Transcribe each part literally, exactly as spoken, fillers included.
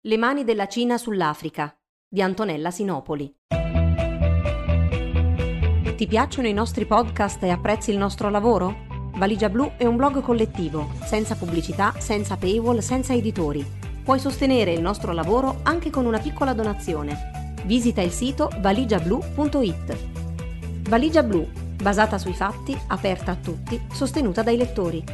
Le mani della Cina sull'Africa di Antonella Sinopoli. Ti piacciono i nostri podcast e apprezzi il nostro lavoro? Valigia Blu è un blog collettivo, senza pubblicità, senza paywall, senza editori. Puoi sostenere il nostro lavoro anche con una piccola donazione. Visita il sito valigia blu punto it. Valigia Blu, basata sui fatti, aperta a tutti, sostenuta dai lettori.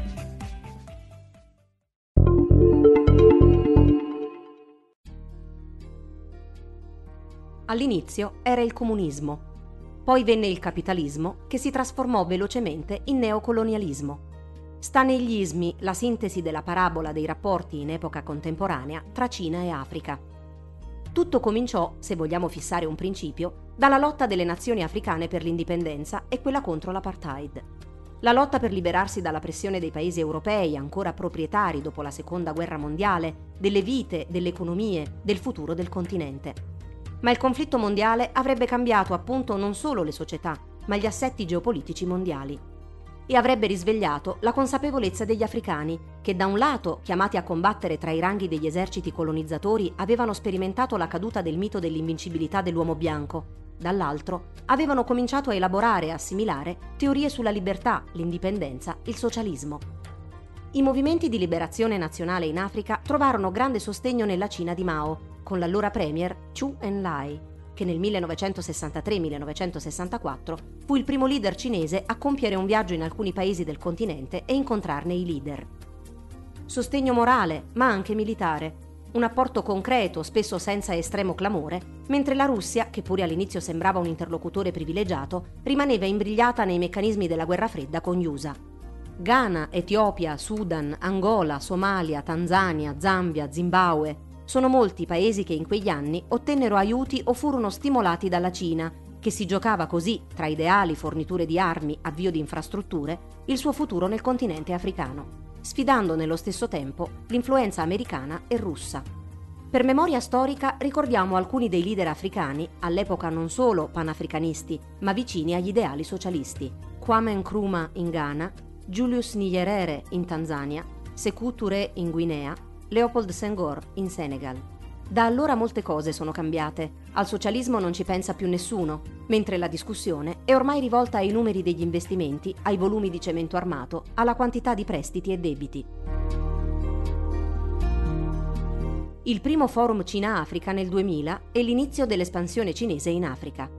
All'inizio era il comunismo. Poi venne il capitalismo, che si trasformò velocemente in neocolonialismo. Sta negli ismi la sintesi della parabola dei rapporti in epoca contemporanea tra Cina e Africa. Tutto cominciò, se vogliamo fissare un principio, dalla lotta delle nazioni africane per l'indipendenza e quella contro l'apartheid. La lotta per liberarsi dalla pressione dei paesi europei ancora proprietari dopo la Seconda Guerra Mondiale, delle vite, delle economie, del futuro del continente. Ma il conflitto mondiale avrebbe cambiato appunto non solo le società, ma gli assetti geopolitici mondiali. E avrebbe risvegliato la consapevolezza degli africani, che da un lato, chiamati a combattere tra i ranghi degli eserciti colonizzatori, avevano sperimentato la caduta del mito dell'invincibilità dell'uomo bianco, dall'altro avevano cominciato a elaborare e assimilare teorie sulla libertà, l'indipendenza, il socialismo. I movimenti di liberazione nazionale in Africa trovarono grande sostegno nella Cina di Mao, con l'allora premier Zhou Enlai, che nel millenovecentosessantatré millenovecentosessantaquattro fu il primo leader cinese a compiere un viaggio in alcuni paesi del continente e incontrarne i leader. Sostegno morale, ma anche militare, un apporto concreto, spesso senza estremo clamore, mentre la Russia, che pure all'inizio sembrava un interlocutore privilegiato, rimaneva imbrigliata nei meccanismi della guerra fredda con gli U S A. Ghana, Etiopia, Sudan, Angola, Somalia, Tanzania, Zambia, Zimbabwe. Sono molti paesi che in quegli anni ottennero aiuti o furono stimolati dalla Cina, che si giocava così, tra ideali, forniture di armi, avvio di infrastrutture, il suo futuro nel continente africano, sfidando nello stesso tempo l'influenza americana e russa. Per memoria storica ricordiamo alcuni dei leader africani, all'epoca non solo panafricanisti, ma vicini agli ideali socialisti: Kwame Nkrumah in Ghana, Julius Nyerere in Tanzania, Sékou Touré in Guinea, Leopold Senghor in Senegal. Da allora molte cose sono cambiate. Al socialismo non ci pensa più nessuno, mentre la discussione è ormai rivolta ai numeri degli investimenti, ai volumi di cemento armato, alla quantità di prestiti e debiti. Il primo forum Cina-Africa nel duemila è l'inizio dell'espansione cinese in Africa.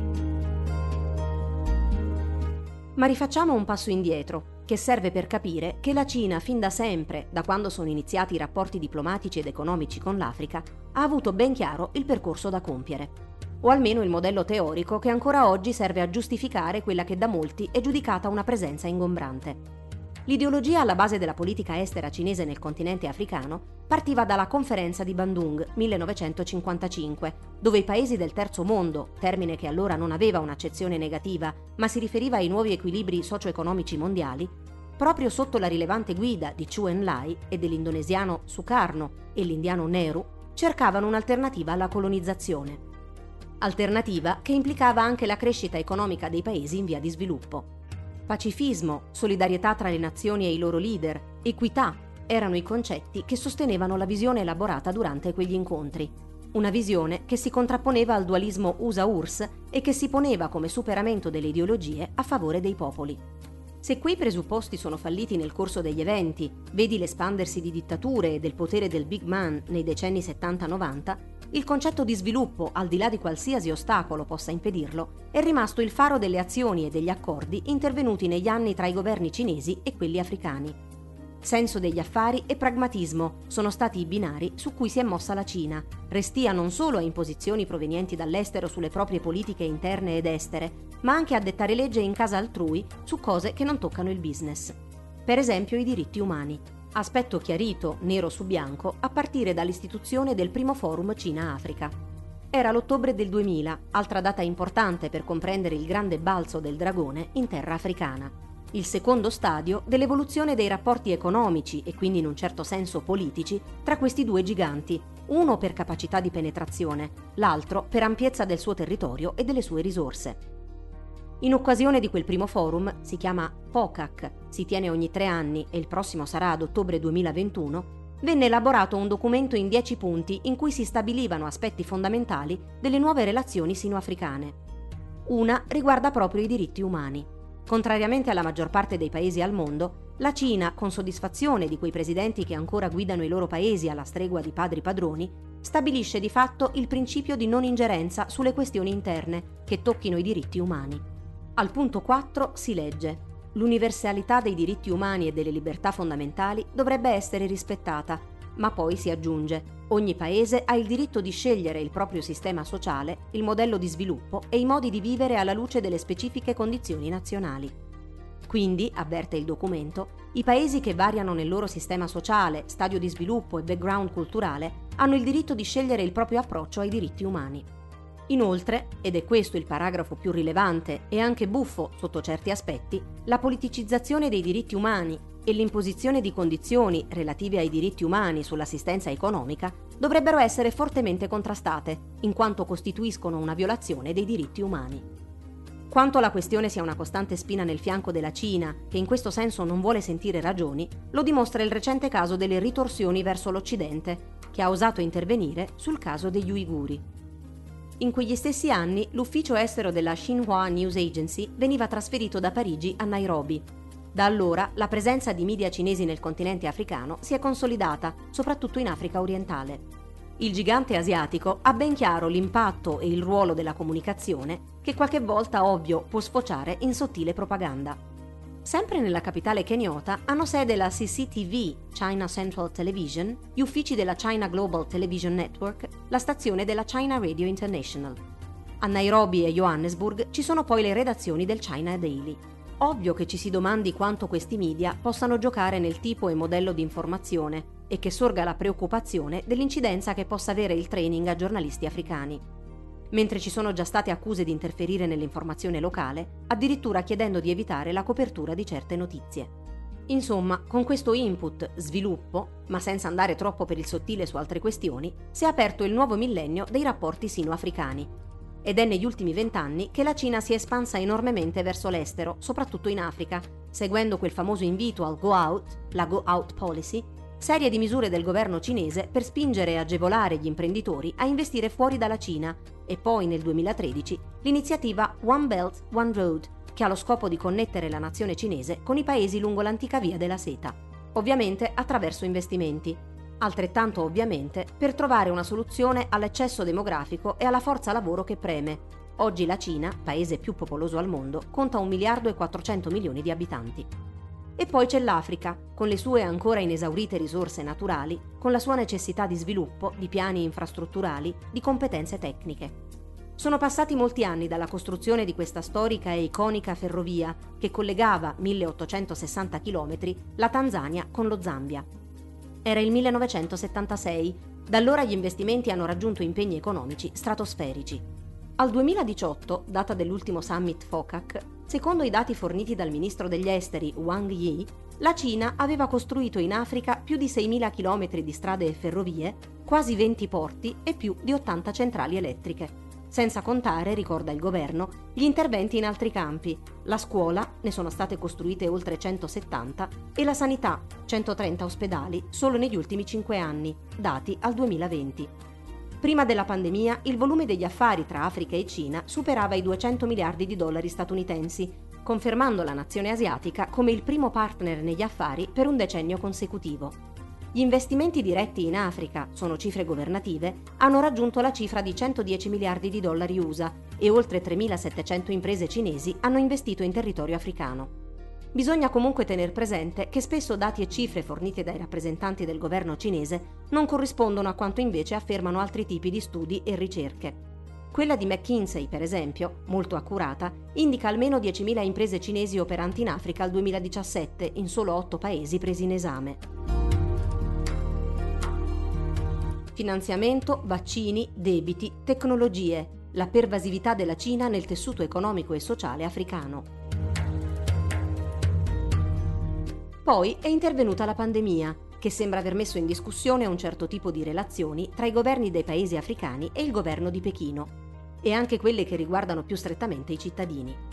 Ma rifacciamo un passo indietro, che serve per capire che la Cina fin da sempre, da quando sono iniziati i rapporti diplomatici ed economici con l'Africa, ha avuto ben chiaro il percorso da compiere. O almeno il modello teorico che ancora oggi serve a giustificare quella che da molti è giudicata una presenza ingombrante. L'ideologia alla base della politica estera cinese nel continente africano partiva dalla Conferenza di Bandung millenovecentocinquantacinque, dove i paesi del terzo mondo, termine che allora non aveva un'accezione negativa, ma si riferiva ai nuovi equilibri socio-economici mondiali, proprio sotto la rilevante guida di Zhou Enlai e dell'indonesiano Sukarno e l'indiano Nehru, cercavano un'alternativa alla colonizzazione. Alternativa che implicava anche la crescita economica dei paesi in via di sviluppo. Pacifismo, solidarietà tra le nazioni e i loro leader, equità erano i concetti che sostenevano la visione elaborata durante quegli incontri. Una visione che si contrapponeva al dualismo U S A U R S S e che si poneva come superamento delle ideologie a favore dei popoli. Se quei presupposti sono falliti nel corso degli eventi, vedi l'espandersi di dittature e del potere del Big Man nei decenni settanta novanta, il concetto di sviluppo, al di là di qualsiasi ostacolo possa impedirlo, è rimasto il faro delle azioni e degli accordi intervenuti negli anni tra i governi cinesi e quelli africani. Senso degli affari e pragmatismo sono stati i binari su cui si è mossa la Cina, restia non solo a imposizioni provenienti dall'estero sulle proprie politiche interne ed estere, ma anche a dettare legge in casa altrui su cose che non toccano il business. Per esempio i diritti umani. Aspetto chiarito, nero su bianco, a partire dall'istituzione del primo forum Cina-Africa. Era l'ottobre del duemila, altra data importante per comprendere il grande balzo del dragone in terra africana. Il secondo stadio dell'evoluzione dei rapporti economici e quindi in un certo senso politici tra questi due giganti, uno per capacità di penetrazione, l'altro per ampiezza del suo territorio e delle sue risorse. In occasione di quel primo forum, si chiama P O C A C, si tiene ogni tre anni e il prossimo sarà ad ottobre duemilaventuno, venne elaborato un documento in dieci punti in cui si stabilivano aspetti fondamentali delle nuove relazioni sino-africane. Una riguarda proprio i diritti umani. Contrariamente alla maggior parte dei paesi al mondo, la Cina, con soddisfazione di quei presidenti che ancora guidano i loro paesi alla stregua di padri padroni, stabilisce di fatto il principio di non ingerenza sulle questioni interne che tocchino i diritti umani. Al punto quattro si legge: l'universalità dei diritti umani e delle libertà fondamentali dovrebbe essere rispettata, ma poi si aggiunge: ogni paese ha il diritto di scegliere il proprio sistema sociale, il modello di sviluppo e i modi di vivere alla luce delle specifiche condizioni nazionali. Quindi, avverte il documento, i paesi che variano nel loro sistema sociale, stadio di sviluppo e background culturale hanno il diritto di scegliere il proprio approccio ai diritti umani. Inoltre, ed è questo il paragrafo più rilevante e anche buffo sotto certi aspetti, la politicizzazione dei diritti umani e l'imposizione di condizioni relative ai diritti umani sull'assistenza economica dovrebbero essere fortemente contrastate, in quanto costituiscono una violazione dei diritti umani. Quanto la questione sia una costante spina nel fianco della Cina, che in questo senso non vuole sentire ragioni, lo dimostra il recente caso delle ritorsioni verso l'Occidente, che ha osato intervenire sul caso degli uiguri. In quegli stessi anni, l'ufficio estero della Xinhua News Agency veniva trasferito da Parigi a Nairobi. Da allora, la presenza di media cinesi nel continente africano si è consolidata, soprattutto in Africa orientale. Il gigante asiatico ha ben chiaro l'impatto e il ruolo della comunicazione, che qualche volta, ovvio, può sfociare in sottile propaganda. Sempre nella capitale keniota hanno sede la C C T V, China Central Television, gli uffici della China Global Television Network, la stazione della China Radio International. A Nairobi e Johannesburg ci sono poi le redazioni del China Daily. Ovvio che ci si domandi quanto questi media possano giocare nel tipo e modello di informazione e che sorga la preoccupazione dell'incidenza che possa avere il training a giornalisti africani. Mentre ci sono già state accuse di interferire nell'informazione locale, addirittura chiedendo di evitare la copertura di certe notizie. Insomma, con questo input sviluppo, ma senza andare troppo per il sottile su altre questioni, si è aperto il nuovo millennio dei rapporti sino-africani. Ed è negli ultimi vent'anni che la Cina si è espansa enormemente verso l'estero, soprattutto in Africa, seguendo quel famoso invito al Go Out, la Go Out Policy, serie di misure del governo cinese per spingere e agevolare gli imprenditori a investire fuori dalla Cina, e poi nel duemilatredici l'iniziativa One Belt, One Road, che ha lo scopo di connettere la nazione cinese con i paesi lungo l'antica via della seta, ovviamente attraverso investimenti. Altrettanto ovviamente per trovare una soluzione all'eccesso demografico e alla forza lavoro che preme. Oggi la Cina, paese più popoloso al mondo, conta un miliardo e quattrocento milioni di abitanti. E poi c'è l'Africa, con le sue ancora inesaurite risorse naturali, con la sua necessità di sviluppo, di piani infrastrutturali, di competenze tecniche. Sono passati molti anni dalla costruzione di questa storica e iconica ferrovia che collegava milleottocentosessanta chilometri la Tanzania con lo Zambia. Era il millenovecentosettantasei, da allora gli investimenti hanno raggiunto impegni economici stratosferici. Al duemiladiciotto, data dell'ultimo summit FOCAC, secondo i dati forniti dal ministro degli esteri Wang Yi, la Cina aveva costruito in Africa più di seimila chilometri di strade e ferrovie, quasi venti porti e più di ottanta centrali elettriche. Senza contare, ricorda il governo, gli interventi in altri campi. La scuola, ne sono state costruite oltre centosettanta, e la sanità, centotrenta ospedali solo negli ultimi cinque anni, dati al duemilaventi. Prima della pandemia, il volume degli affari tra Africa e Cina superava i duecento miliardi di dollari statunitensi, confermando la nazione asiatica come il primo partner negli affari per un decennio consecutivo. Gli investimenti diretti in Africa, sono cifre governative, hanno raggiunto la cifra di centodieci miliardi di dollari U S A e oltre tremilasettecento imprese cinesi hanno investito in territorio africano. Bisogna comunque tener presente che spesso dati e cifre fornite dai rappresentanti del governo cinese non corrispondono a quanto invece affermano altri tipi di studi e ricerche. Quella di McKinsey, per esempio, molto accurata, indica almeno diecimila imprese cinesi operanti in Africa al duemiladiciassette in solo otto paesi presi in esame. Finanziamento, vaccini, debiti, tecnologie, la pervasività della Cina nel tessuto economico e sociale africano. Poi è intervenuta la pandemia, che sembra aver messo in discussione un certo tipo di relazioni tra i governi dei paesi africani e il governo di Pechino, e anche quelle che riguardano più strettamente i cittadini.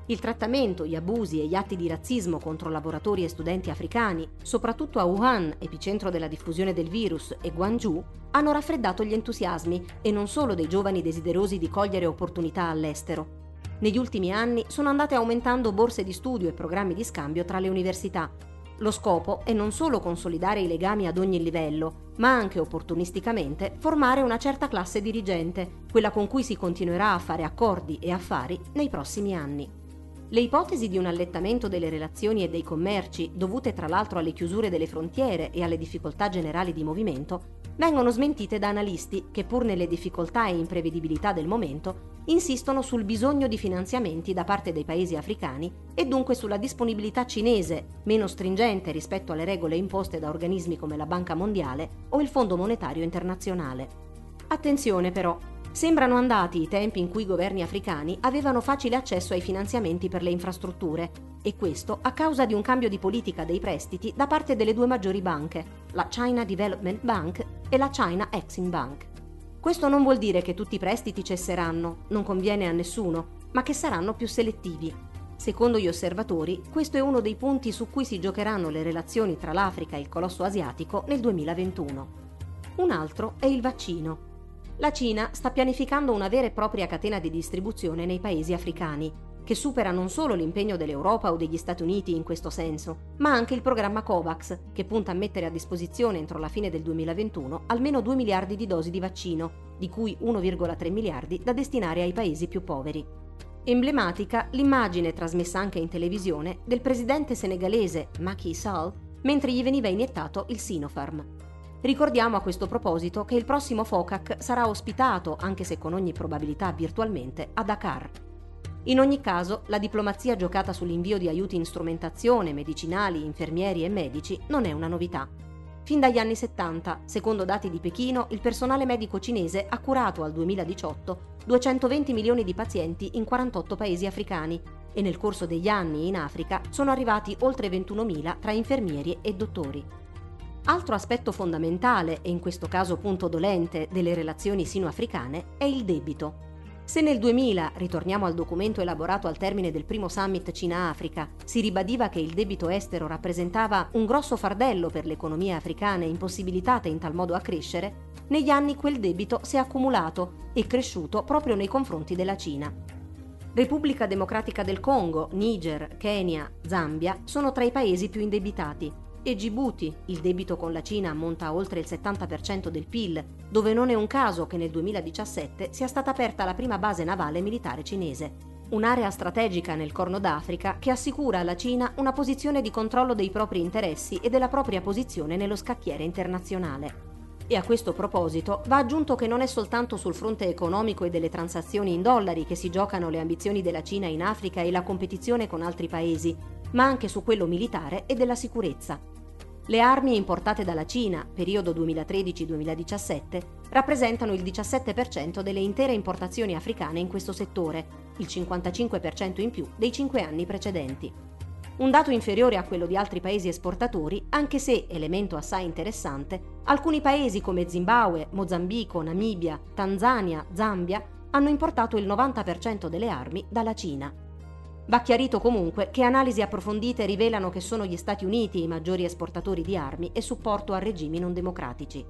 Il trattamento, gli abusi e gli atti di razzismo contro lavoratori e studenti africani, soprattutto a Wuhan, epicentro della diffusione del virus, e Guangzhou, hanno raffreddato gli entusiasmi e non solo dei giovani desiderosi di cogliere opportunità all'estero. Negli ultimi anni sono andate aumentando borse di studio e programmi di scambio tra le università. Lo scopo è non solo consolidare i legami ad ogni livello, ma anche opportunisticamente formare una certa classe dirigente, quella con cui si continuerà a fare accordi e affari nei prossimi anni. Le ipotesi di un allettamento delle relazioni e dei commerci, dovute tra l'altro alle chiusure delle frontiere e alle difficoltà generali di movimento, vengono smentite da analisti che, pur nelle difficoltà e imprevedibilità del momento, insistono sul bisogno di finanziamenti da parte dei paesi africani e dunque sulla disponibilità cinese, meno stringente rispetto alle regole imposte da organismi come la Banca Mondiale o il Fondo Monetario Internazionale. Attenzione però! Sembrano andati i tempi in cui i governi africani avevano facile accesso ai finanziamenti per le infrastrutture, e questo a causa di un cambio di politica dei prestiti da parte delle due maggiori banche, la China Development Bank e la China Exim Bank. Questo non vuol dire che tutti i prestiti cesseranno, non conviene a nessuno, ma che saranno più selettivi. Secondo gli osservatori, questo è uno dei punti su cui si giocheranno le relazioni tra l'Africa e il colosso asiatico nel duemilaventuno. Un altro è il vaccino. La Cina sta pianificando una vera e propria catena di distribuzione nei paesi africani, che supera non solo l'impegno dell'Europa o degli Stati Uniti in questo senso, ma anche il programma COVAX, che punta a mettere a disposizione entro la fine del duemilaventuno almeno due miliardi di dosi di vaccino, di cui uno virgola tre miliardi da destinare ai paesi più poveri. Emblematica l'immagine, trasmessa anche in televisione, del presidente senegalese Macky Sall mentre gli veniva iniettato il Sinopharm. Ricordiamo a questo proposito che il prossimo FOCAC sarà ospitato, anche se con ogni probabilità virtualmente, a Dakar. In ogni caso, la diplomazia giocata sull'invio di aiuti in strumentazione, medicinali, infermieri e medici non è una novità. Fin dagli anni settanta, secondo dati di Pechino, il personale medico cinese ha curato al duemiladiciotto duecentoventi milioni di pazienti in quarantotto paesi africani e nel corso degli anni in Africa sono arrivati oltre ventunomila tra infermieri e dottori. Altro aspetto fondamentale, e in questo caso punto dolente, delle relazioni sino-africane è il debito. Se nel duemila, ritorniamo al documento elaborato al termine del primo summit Cina-Africa, si ribadiva che il debito estero rappresentava un grosso fardello per le economie africane impossibilitate in tal modo a crescere, negli anni quel debito si è accumulato e cresciuto proprio nei confronti della Cina. Repubblica Democratica del Congo, Niger, Kenya, Zambia sono tra i paesi più indebitati, e Djibouti, il debito con la Cina ammonta a oltre il settanta per cento del P I L, dove non è un caso che nel duemiladiciassette sia stata aperta la prima base navale militare cinese, un'area strategica nel Corno d'Africa che assicura alla Cina una posizione di controllo dei propri interessi e della propria posizione nello scacchiere internazionale. E a questo proposito va aggiunto che non è soltanto sul fronte economico e delle transazioni in dollari che si giocano le ambizioni della Cina in Africa e la competizione con altri paesi, ma anche su quello militare e della sicurezza. Le armi importate dalla Cina, periodo duemilatredici duemiladiciassette, rappresentano il diciassette per cento delle intere importazioni africane in questo settore, il cinquantacinque per cento in più dei cinque anni precedenti. Un dato inferiore a quello di altri paesi esportatori, anche se, elemento assai interessante, alcuni paesi come Zimbabwe, Mozambico, Namibia, Tanzania, Zambia hanno importato il novanta per cento delle armi dalla Cina. Va chiarito comunque che analisi approfondite rivelano che sono gli Stati Uniti i maggiori esportatori di armi e supporto a regimi non democratici.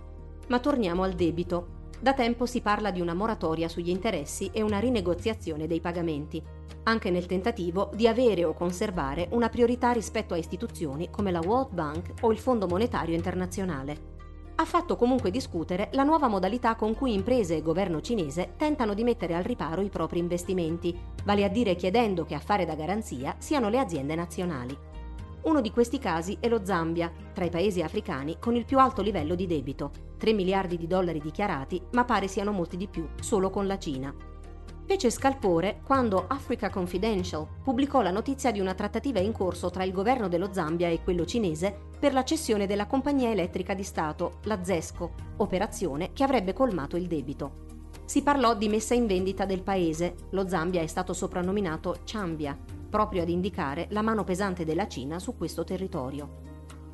Ma torniamo al debito. Da tempo si parla di una moratoria sugli interessi e una rinegoziazione dei pagamenti, anche nel tentativo di avere o conservare una priorità rispetto a istituzioni come la World Bank o il Fondo Monetario Internazionale. Ha fatto comunque discutere la nuova modalità con cui imprese e governo cinese tentano di mettere al riparo i propri investimenti, vale a dire chiedendo che a fare da garanzia siano le aziende nazionali. Uno di questi casi è lo Zambia, tra i paesi africani con il più alto livello di debito, tre miliardi di dollari dichiarati, ma pare siano molti di più, solo con la Cina. Fece scalpore quando Africa Confidential pubblicò la notizia di una trattativa in corso tra il governo dello Zambia e quello cinese per la cessione della compagnia elettrica di Stato, la ZESCO, operazione che avrebbe colmato il debito. Si parlò di messa in vendita del paese, lo Zambia è stato soprannominato Chambia, proprio ad indicare la mano pesante della Cina su questo territorio.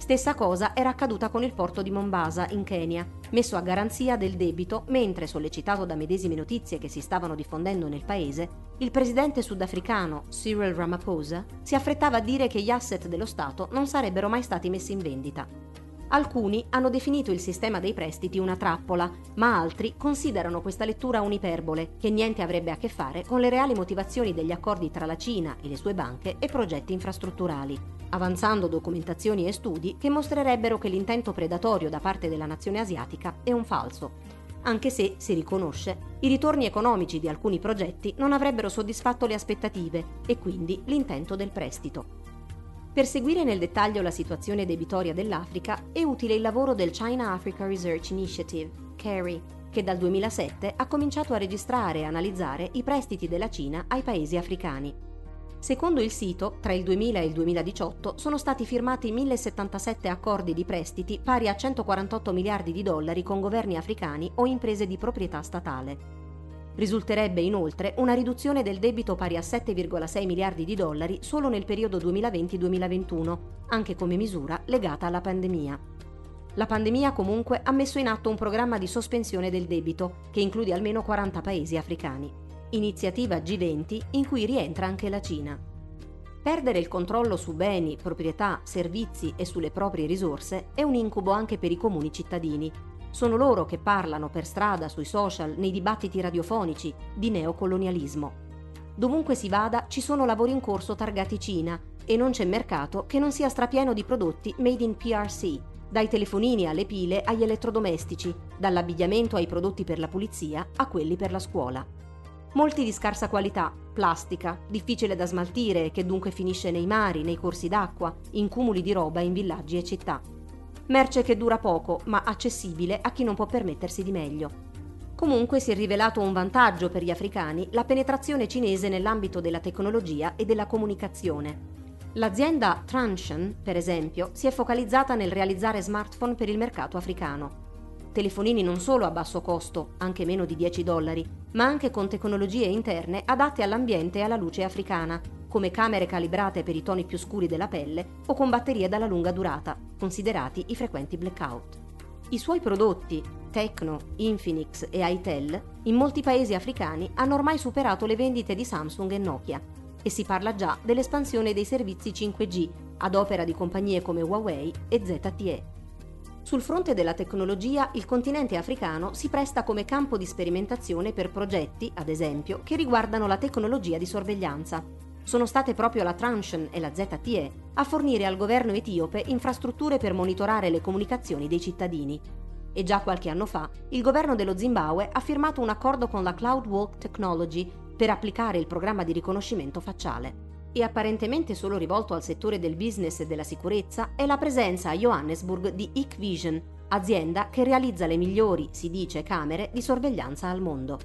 Stessa cosa era accaduta con il porto di Mombasa, in Kenya, messo a garanzia del debito mentre, sollecitato da medesime notizie che si stavano diffondendo nel paese, il presidente sudafricano Cyril Ramaphosa si affrettava a dire che gli asset dello Stato non sarebbero mai stati messi in vendita. Alcuni hanno definito il sistema dei prestiti una trappola, ma altri considerano questa lettura un'iperbole, che niente avrebbe a che fare con le reali motivazioni degli accordi tra la Cina e le sue banche e progetti infrastrutturali, avanzando documentazioni e studi che mostrerebbero che l'intento predatorio da parte della nazione asiatica è un falso, anche se, si riconosce, i ritorni economici di alcuni progetti non avrebbero soddisfatto le aspettative e quindi l'intento del prestito. Per seguire nel dettaglio la situazione debitoria dell'Africa è utile il lavoro del China Africa Research Initiative, CARI, che dal duemilasette ha cominciato a registrare e analizzare i prestiti della Cina ai paesi africani. Secondo il sito, tra il duemila e il duemiladiciotto sono stati firmati millesettantasette accordi di prestiti pari a centoquarantotto miliardi di dollari con governi africani o imprese di proprietà statale. Risulterebbe inoltre una riduzione del debito pari a sette virgola sei miliardi di dollari solo nel periodo duemilaventi duemilaventuno, anche come misura legata alla pandemia. La pandemia comunque ha messo in atto un programma di sospensione del debito che include almeno quaranta paesi africani. Iniziativa G venti in cui rientra anche la Cina. Perdere il controllo su beni, proprietà, servizi e sulle proprie risorse è un incubo anche per i comuni cittadini. Sono loro che parlano per strada, sui social, nei dibattiti radiofonici, di neocolonialismo. Dovunque si vada ci sono lavori in corso targati Cina e non c'è mercato che non sia strapieno di prodotti made in P R C, dai telefonini alle pile agli elettrodomestici, dall'abbigliamento ai prodotti per la pulizia a quelli per la scuola. Molti di scarsa qualità, plastica, difficile da smaltire e che dunque finisce nei mari, nei corsi d'acqua, in cumuli di roba in villaggi e città. Merce che dura poco, ma accessibile a chi non può permettersi di meglio. Comunque si è rivelato un vantaggio per gli africani la penetrazione cinese nell'ambito della tecnologia e della comunicazione. L'azienda Transsion, per esempio, si è focalizzata nel realizzare smartphone per il mercato africano. Telefonini non solo a basso costo, anche meno di dieci dollari, ma anche con tecnologie interne adatte all'ambiente e alla luce africana, come camere calibrate per i toni più scuri della pelle o con batterie dalla lunga durata, considerati i frequenti blackout. I suoi prodotti, Tecno, Infinix e Itel, in molti paesi africani hanno ormai superato le vendite di Samsung e Nokia e si parla già dell'espansione dei servizi cinque G ad opera di compagnie come Huawei e Z T E. Sul fronte della tecnologia, il continente africano si presta come campo di sperimentazione per progetti, ad esempio, che riguardano la tecnologia di sorveglianza. Sono state proprio la Transsion e la Z T E a fornire al governo etiope infrastrutture per monitorare le comunicazioni dei cittadini. E già qualche anno fa, il governo dello Zimbabwe ha firmato un accordo con la CloudWalk Technology per applicare il programma di riconoscimento facciale. E apparentemente solo rivolto al settore del business e della sicurezza è la presenza a Johannesburg di Hikvision, azienda che realizza le migliori, si dice, camere di sorveglianza al mondo.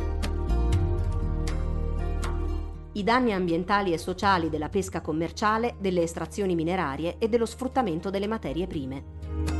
I danni ambientali e sociali della pesca commerciale, delle estrazioni minerarie e dello sfruttamento delle materie prime.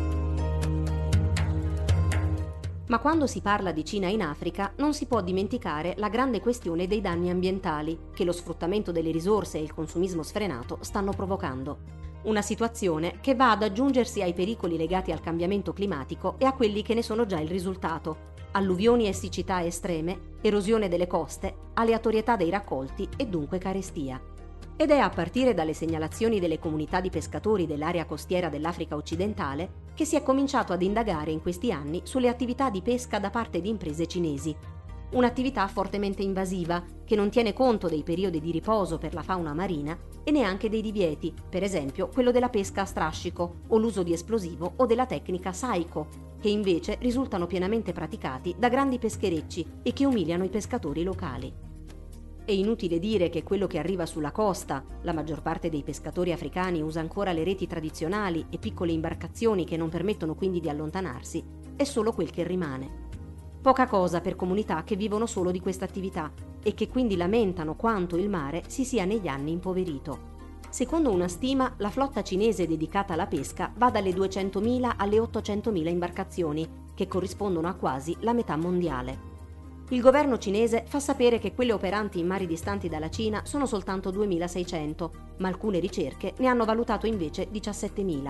Ma quando si parla di Cina in Africa non si può dimenticare la grande questione dei danni ambientali che lo sfruttamento delle risorse e il consumismo sfrenato stanno provocando. Una situazione che va ad aggiungersi ai pericoli legati al cambiamento climatico e a quelli che ne sono già il risultato: alluvioni e siccità estreme, erosione delle coste, aleatorietà dei raccolti e dunque carestia. Ed è a partire dalle segnalazioni delle comunità di pescatori dell'area costiera dell'Africa occidentale che si è cominciato ad indagare in questi anni sulle attività di pesca da parte di imprese cinesi. Un'attività fortemente invasiva che non tiene conto dei periodi di riposo per la fauna marina e neanche dei divieti, per esempio quello della pesca a strascico o l'uso di esplosivo o della tecnica Saiko, che invece risultano pienamente praticati da grandi pescherecci e che umiliano i pescatori locali. È inutile dire che quello che arriva sulla costa, la maggior parte dei pescatori africani usa ancora le reti tradizionali e piccole imbarcazioni che non permettono quindi di allontanarsi, è solo quel che rimane. Poca cosa per comunità che vivono solo di questa attività e che quindi lamentano quanto il mare si sia negli anni impoverito. Secondo una stima, la flotta cinese dedicata alla pesca va dalle duecentomila alle ottocentomila imbarcazioni, che corrispondono a quasi la metà mondiale. Il governo cinese fa sapere che quelle operanti in mari distanti dalla Cina sono soltanto duemilaseicento, ma alcune ricerche ne hanno valutato invece diciassettemila.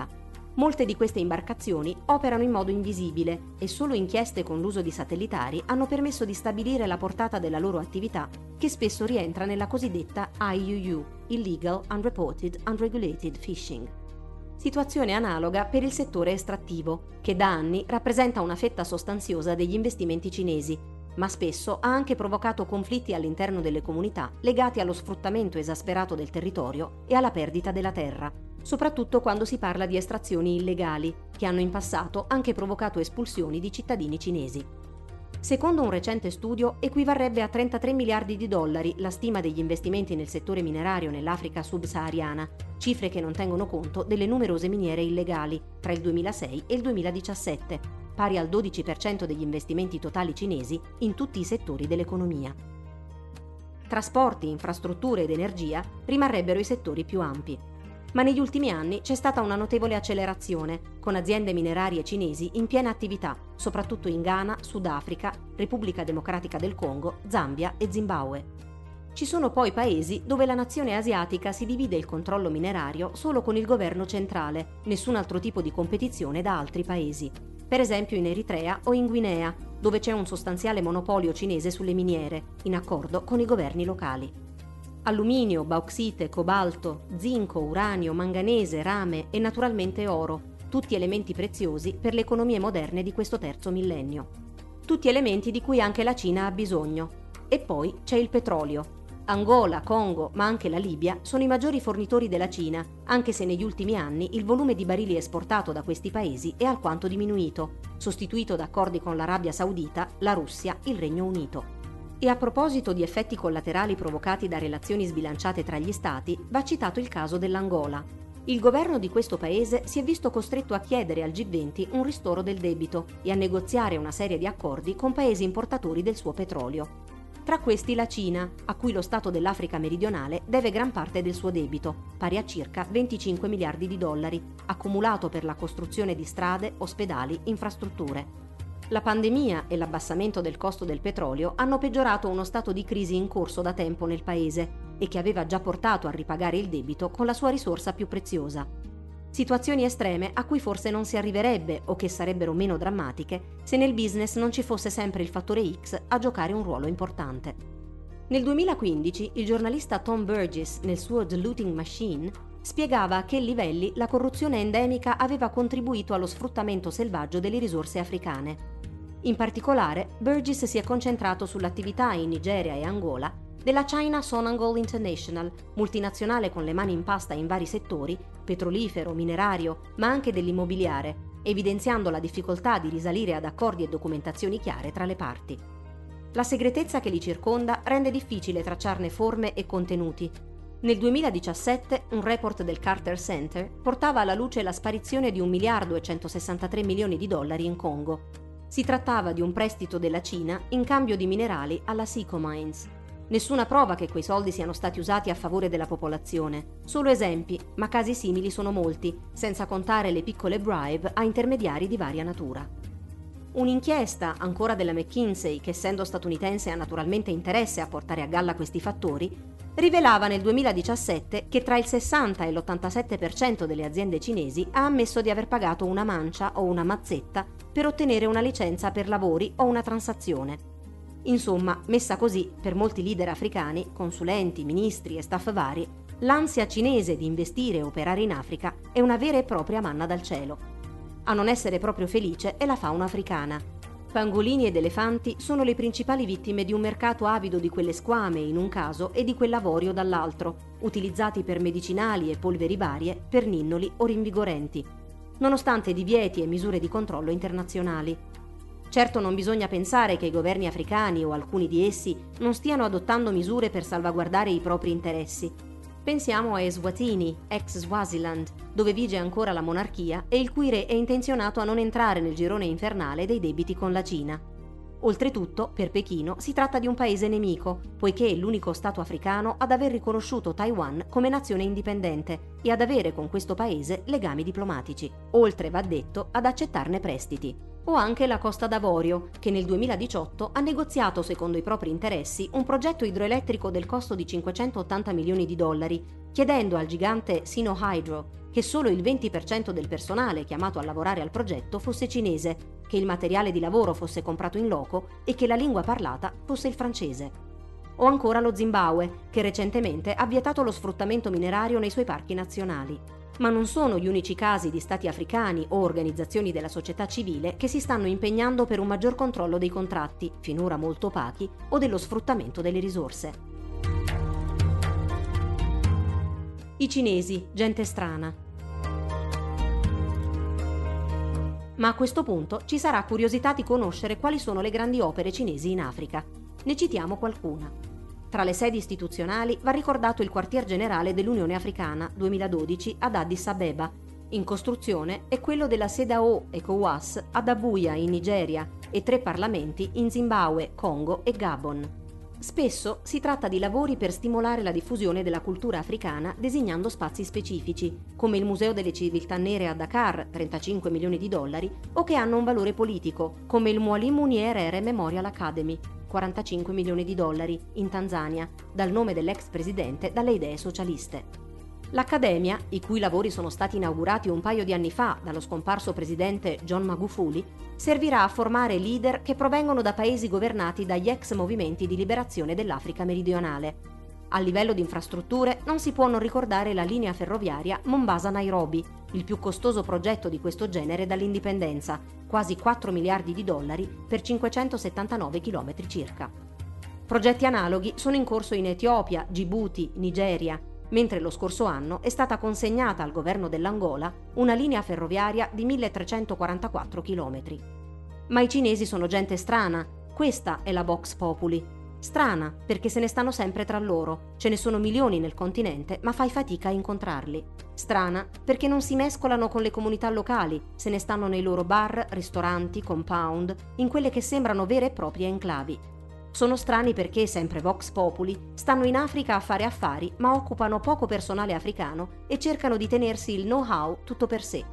Molte di queste imbarcazioni operano in modo invisibile e solo inchieste con l'uso di satellitari hanno permesso di stabilire la portata della loro attività, che spesso rientra nella cosiddetta I U U, Illegal, Unreported, Unregulated Fishing. Situazione analoga per il settore estrattivo, che da anni rappresenta una fetta sostanziosa degli investimenti cinesi, ma spesso ha anche provocato conflitti all'interno delle comunità legati allo sfruttamento esasperato del territorio e alla perdita della terra, soprattutto quando si parla di estrazioni illegali, che hanno in passato anche provocato espulsioni di cittadini cinesi. Secondo un recente studio, equivarrebbe a trentatré miliardi di dollari la stima degli investimenti nel settore minerario nell'Africa subsahariana, cifre che non tengono conto delle numerose miniere illegali tra il duemilasei e il duemiladiciassette, pari al dodici per cento degli investimenti totali cinesi in tutti i settori dell'economia. Trasporti, infrastrutture ed energia rimarrebbero i settori più ampi. Ma negli ultimi anni c'è stata una notevole accelerazione, con aziende minerarie cinesi in piena attività, soprattutto in Ghana, Sudafrica, Repubblica Democratica del Congo, Zambia e Zimbabwe. Ci sono poi paesi dove la nazione asiatica si divide il controllo minerario solo con il governo centrale, nessun altro tipo di competizione da altri paesi. Per esempio in Eritrea o in Guinea, dove c'è un sostanziale monopolio cinese sulle miniere, in accordo con i governi locali. Alluminio, bauxite, cobalto, zinco, uranio, manganese, rame e naturalmente oro, tutti elementi preziosi per le economie moderne di questo terzo millennio. Tutti elementi di cui anche la Cina ha bisogno. E poi c'è il petrolio. Angola, Congo, ma anche la Libia sono i maggiori fornitori della Cina, anche se negli ultimi anni il volume di barili esportato da questi paesi è alquanto diminuito, sostituito da accordi con l'Arabia Saudita, la Russia, il Regno Unito. E a proposito di effetti collaterali provocati da relazioni sbilanciate tra gli stati, va citato il caso dell'Angola. Il governo di questo paese si è visto costretto a chiedere al G venti un ristoro del debito e a negoziare una serie di accordi con paesi importatori del suo petrolio. Tra questi la Cina, a cui lo Stato dell'Africa meridionale deve gran parte del suo debito, pari a circa venticinque miliardi di dollari, accumulato per la costruzione di strade, ospedali, infrastrutture. La pandemia e l'abbassamento del costo del petrolio hanno peggiorato uno stato di crisi in corso da tempo nel paese e che aveva già portato a ripagare il debito con la sua risorsa più preziosa. Situazioni estreme a cui forse non si arriverebbe o che sarebbero meno drammatiche se nel business non ci fosse sempre il fattore X a giocare un ruolo importante. Nel duemilaquindici il giornalista Tom Burgess, nel suo The Looting Machine, spiegava a che livelli la corruzione endemica aveva contribuito allo sfruttamento selvaggio delle risorse africane. In particolare, Burgess si è concentrato sull'attività in Nigeria e Angola della China Sonangol International, multinazionale con le mani in pasta in vari settori, petrolifero, minerario, ma anche dell'immobiliare, evidenziando la difficoltà di risalire ad accordi e documentazioni chiare tra le parti. La segretezza che li circonda rende difficile tracciarne forme e contenuti. Nel duemiladiciassette un report del Carter Center portava alla luce la sparizione di un miliardo e centosessantatré milioni di dollari in Congo. Si trattava di un prestito della Cina in cambio di minerali alla Seco Mines. Nessuna prova che quei soldi siano stati usati a favore della popolazione. Solo esempi, ma casi simili sono molti, senza contare le piccole bribe a intermediari di varia natura. Un'inchiesta, ancora della McKinsey, che essendo statunitense ha naturalmente interesse a portare a galla questi fattori, rivelava nel duemiladiciassette che tra il sessanta e l'ottantasette per cento delle aziende cinesi ha ammesso di aver pagato una mancia o una mazzetta per ottenere una licenza per lavori o una transazione. Insomma, messa così, per molti leader africani, consulenti, ministri e staff vari, l'ansia cinese di investire e operare in Africa è una vera e propria manna dal cielo. A non essere proprio felice è la fauna africana. Pangolini ed elefanti sono le principali vittime di un mercato avido di quelle squame in un caso e di quell'avorio dall'altro, utilizzati per medicinali e polveri varie, per ninnoli o rinvigorenti, nonostante divieti e misure di controllo internazionali. Certo non bisogna pensare che i governi africani o alcuni di essi non stiano adottando misure per salvaguardare i propri interessi. Pensiamo a Eswatini, ex Swaziland, dove vige ancora la monarchia e il cui re è intenzionato a non entrare nel girone infernale dei debiti con la Cina. Oltretutto, per Pechino si tratta di un paese nemico, poiché è l'unico stato africano ad aver riconosciuto Taiwan come nazione indipendente e ad avere con questo paese legami diplomatici, oltre, va detto, ad accettarne prestiti. O anche la Costa d'Avorio, che nel duemiladiciotto ha negoziato secondo i propri interessi un progetto idroelettrico del costo di cinquecentottanta milioni di dollari, chiedendo al gigante Sinohydro che solo il venti per cento del personale chiamato a lavorare al progetto fosse cinese, che il materiale di lavoro fosse comprato in loco e che la lingua parlata fosse il francese. O ancora lo Zimbabwe, che recentemente ha vietato lo sfruttamento minerario nei suoi parchi nazionali. Ma non sono gli unici casi di stati africani o organizzazioni della società civile che si stanno impegnando per un maggior controllo dei contratti, finora molto opachi, o dello sfruttamento delle risorse. I cinesi, gente strana. Ma a questo punto ci sarà curiosità di conoscere quali sono le grandi opere cinesi in Africa. Ne citiamo qualcuna. Tra le sedi istituzionali va ricordato il quartier generale dell'Unione Africana duemiladodici ad Addis Abeba. In costruzione è quello della SEDAO ECOWAS ad Abuja in Nigeria e tre parlamenti in Zimbabwe, Congo e Gabon. Spesso si tratta di lavori per stimolare la diffusione della cultura africana designando spazi specifici, come il Museo delle Civiltà Nere a Dakar, trentacinque milioni di dollari, o che hanno un valore politico, come il Mwalimu Nyerere Memorial Academy, quarantacinque milioni di dollari, in Tanzania, dal nome dell'ex presidente dalle idee socialiste. L'Accademia, i cui lavori sono stati inaugurati un paio di anni fa dallo scomparso presidente John Magufuli, servirà a formare leader che provengono da paesi governati dagli ex movimenti di liberazione dell'Africa meridionale. A livello di infrastrutture non si può non ricordare la linea ferroviaria Mombasa-Nairobi, il più costoso progetto di questo genere dall'indipendenza, quasi quattro miliardi di dollari per cinquecentosettantanove chilometri circa. Progetti analoghi sono in corso in Etiopia, Gibuti, Nigeria, mentre lo scorso anno è stata consegnata al governo dell'Angola una linea ferroviaria di milletrecentoquarantaquattro chilometri. Ma i cinesi sono gente strana, questa è la Vox Populi. Strana perché se ne stanno sempre tra loro, ce ne sono milioni nel continente ma fai fatica a incontrarli. Strana perché non si mescolano con le comunità locali, se ne stanno nei loro bar, ristoranti, compound, in quelle che sembrano vere e proprie enclavi. Sono strani perché, sempre Vox Populi, stanno in Africa a fare affari ma occupano poco personale africano e cercano di tenersi il know-how tutto per sé.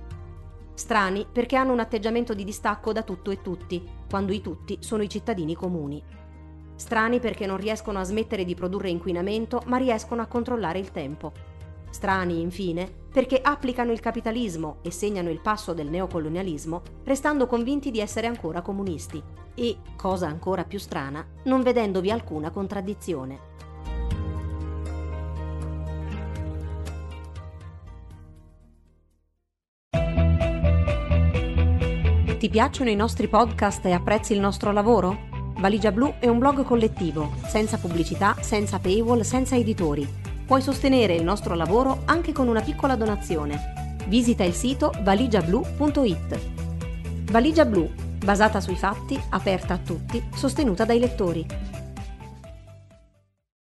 Strani perché hanno un atteggiamento di distacco da tutto e tutti, quando i tutti sono i cittadini comuni. Strani perché non riescono a smettere di produrre inquinamento ma riescono a controllare il tempo. Strani, infine, perché applicano il capitalismo e segnano il passo del neocolonialismo, restando convinti di essere ancora comunisti e, cosa ancora più strana, non vedendovi alcuna contraddizione. Ti piacciono i nostri podcast e apprezzi il nostro lavoro? Valigia Blu è un blog collettivo, senza pubblicità, senza paywall, senza editori. Puoi sostenere il nostro lavoro anche con una piccola donazione. Visita il sito valigiablu punto it. Valigia Blu, basata sui fatti, aperta a tutti, sostenuta dai lettori.